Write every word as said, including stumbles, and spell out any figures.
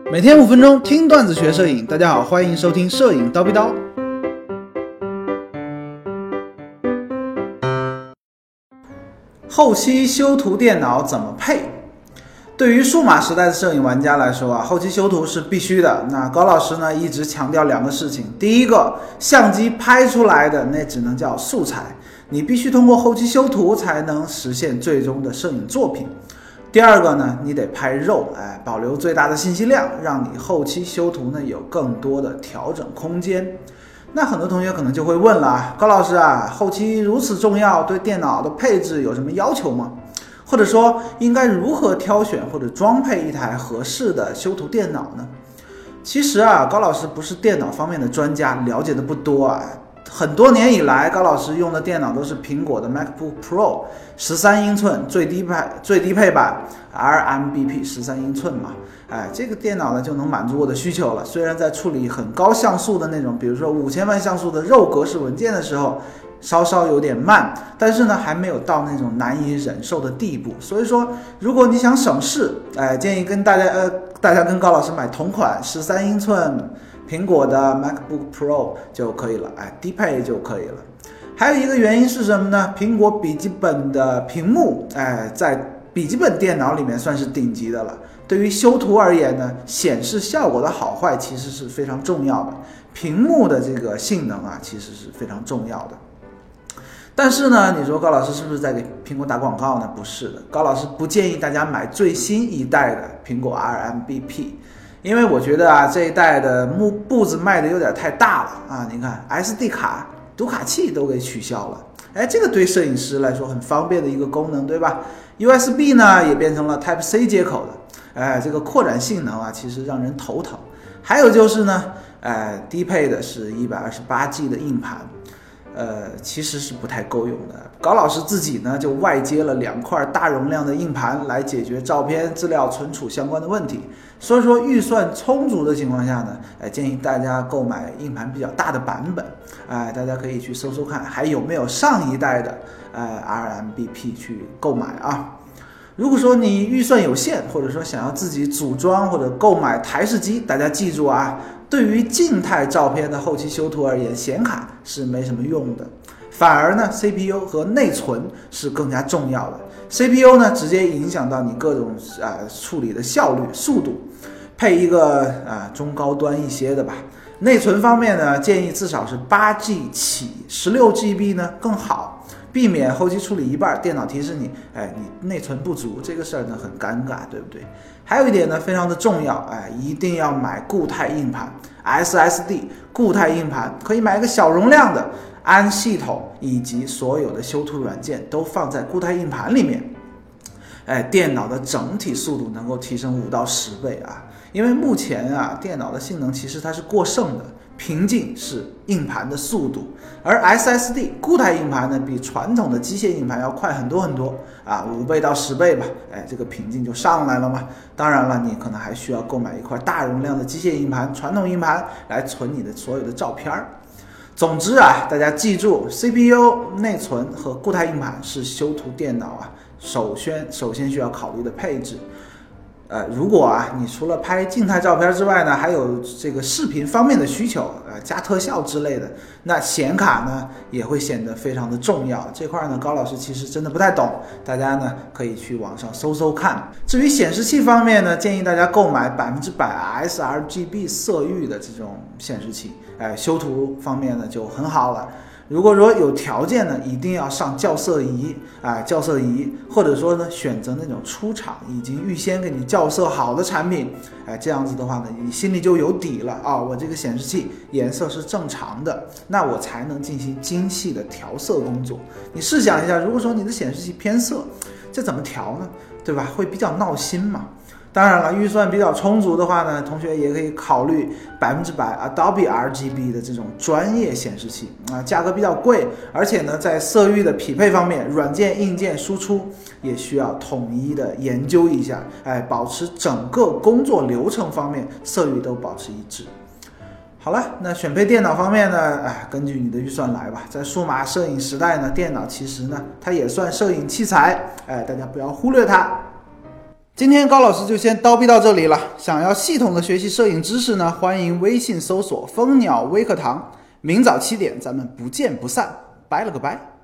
每天五分钟听段子学摄影，大家好，欢迎收听摄影刀逼刀。后期修图电脑怎么配？对于数码时代的摄影玩家来说啊，后期修图是必须的。那高老师呢一直强调两个事情，第一个，相机拍出来的那只能叫素材，你必须通过后期修图才能实现最终的摄影作品。第二个呢，你得拍肉，哎，保留最大的信息量，让你后期修图呢有更多的调整空间。那很多同学可能就会问了，高老师啊，后期如此重要，对电脑的配置有什么要求吗？或者说应该如何挑选或者装配一台合适的修图电脑呢？其实啊，高老师不是电脑方面的专家，了解的不多啊。很多年以来，高老师用的电脑都是苹果的 MacBook Pro 十三英寸最低配最低配版 R M B P 十三英寸嘛，哎，这个电脑呢就能满足我的需求了。虽然在处理很高像素的那种，比如说五千万像素的肉格式文件的时候，稍稍有点慢，但是呢还没有到那种难以忍受的地步。所以说，如果你想省事，哎，建议跟大家呃大家跟高老师买同款十三英寸。苹果的 MacBook Pro 就可以了，哎，低配就可以了。还有一个原因是什么呢？苹果笔记本的屏幕，哎，在笔记本电脑里面算是顶级的了。对于修图而言呢，显示效果的好坏其实是非常重要的。屏幕的这个性能啊，其实是非常重要的。但是呢，你说高老师是不是在给苹果打广告呢？不是的，高老师不建议大家买最新一代的苹果 R M B P。因为我觉得啊，这一代的幕步子迈的有点太大了啊！你看 S D 卡、读卡器都给取消了，哎，这个对摄影师来说很方便的一个功能，对吧 ？U S B 呢也变成了 Type C 接口的，哎，这个扩展性能啊，其实让人头疼。还有就是呢，哎，低配的是 一百二十八 G 的硬盘。呃，其实是不太够用的。高老师自己呢，就外接了两块大容量的硬盘来解决照片资料存储相关的问题。所以说，预算充足的情况下呢，哎，建议大家购买硬盘比较大的版本。哎，大家可以去搜搜看，还有没有上一代的呃 R M B P 去购买啊。如果说你预算有限，或者说想要自己组装或者购买台式机，大家记住啊，对于静态照片的后期修图而言，显卡是没什么用的，反而呢 C P U 和内存是更加重要的。C P U 呢直接影响到你各种呃处理的效率、速度，配一个呃中高端一些的吧。内存方面呢，建议至少是八 G 起 ,十六 G B 呢更好。避免后期处理一半，电脑提示你，哎，你内存不足，这个事儿呢很尴尬，对不对？还有一点呢非常的重要，哎，一定要买固态硬盘 ，S S D 固态硬盘，可以买一个小容量的，安系统以及所有的修图软件都放在固态硬盘里面，哎，电脑的整体速度能够提升五到十倍啊！因为目前啊，电脑的性能其实它是过剩的。瓶颈是硬盘的速度，而 S S D 固态硬盘呢，比传统的机械硬盘要快很多很多啊，五倍到十倍吧，哎，这个瓶颈就上来了嘛。当然了，你可能还需要购买一块大容量的机械硬盘、传统硬盘来存你的所有的照片。总之啊，大家记住 ，C P U、内存和固态硬盘是修图电脑啊首先首先需要考虑的配置。呃，如果啊，你除了拍静态照片之外呢，还有这个视频方面的需求，呃，加特效之类的，那显卡呢也会显得非常的重要。这块呢，高老师其实真的不太懂，大家呢可以去网上搜搜看。至于显示器方面呢，建议大家购买百分之百 S R G B 色域的这种显示器，哎，修图方面呢就很好了。如果说有条件呢，一定要上校色仪啊，校色仪，或者说呢，选择那种出厂已经预先给你校色好的产品，哎，这样子的话呢，你心里就有底了啊，我这个显示器颜色是正常的，那我才能进行精细的调色工作。你试想一下，如果说你的显示器偏色，这怎么调呢？对吧？会比较闹心嘛。当然了，预算比较充足的话呢，同学也可以考虑百分之百 Adobe R G B 的这种专业显示器啊，价格比较贵，而且呢，在色域的匹配方面，软件、硬件输出也需要统一的研究一下，哎，保持整个工作流程方面色域都保持一致。好了，那选配电脑方面呢，哎，根据你的预算来吧。在数码摄影时代呢，电脑其实呢，它也算摄影器材，哎，大家不要忽略它。 今天高老师就先叨逼到这里了。想要系统的学习摄影知识呢，欢迎微信搜索蜂鸟微课堂，明早七点咱们不见不散，拜了个拜。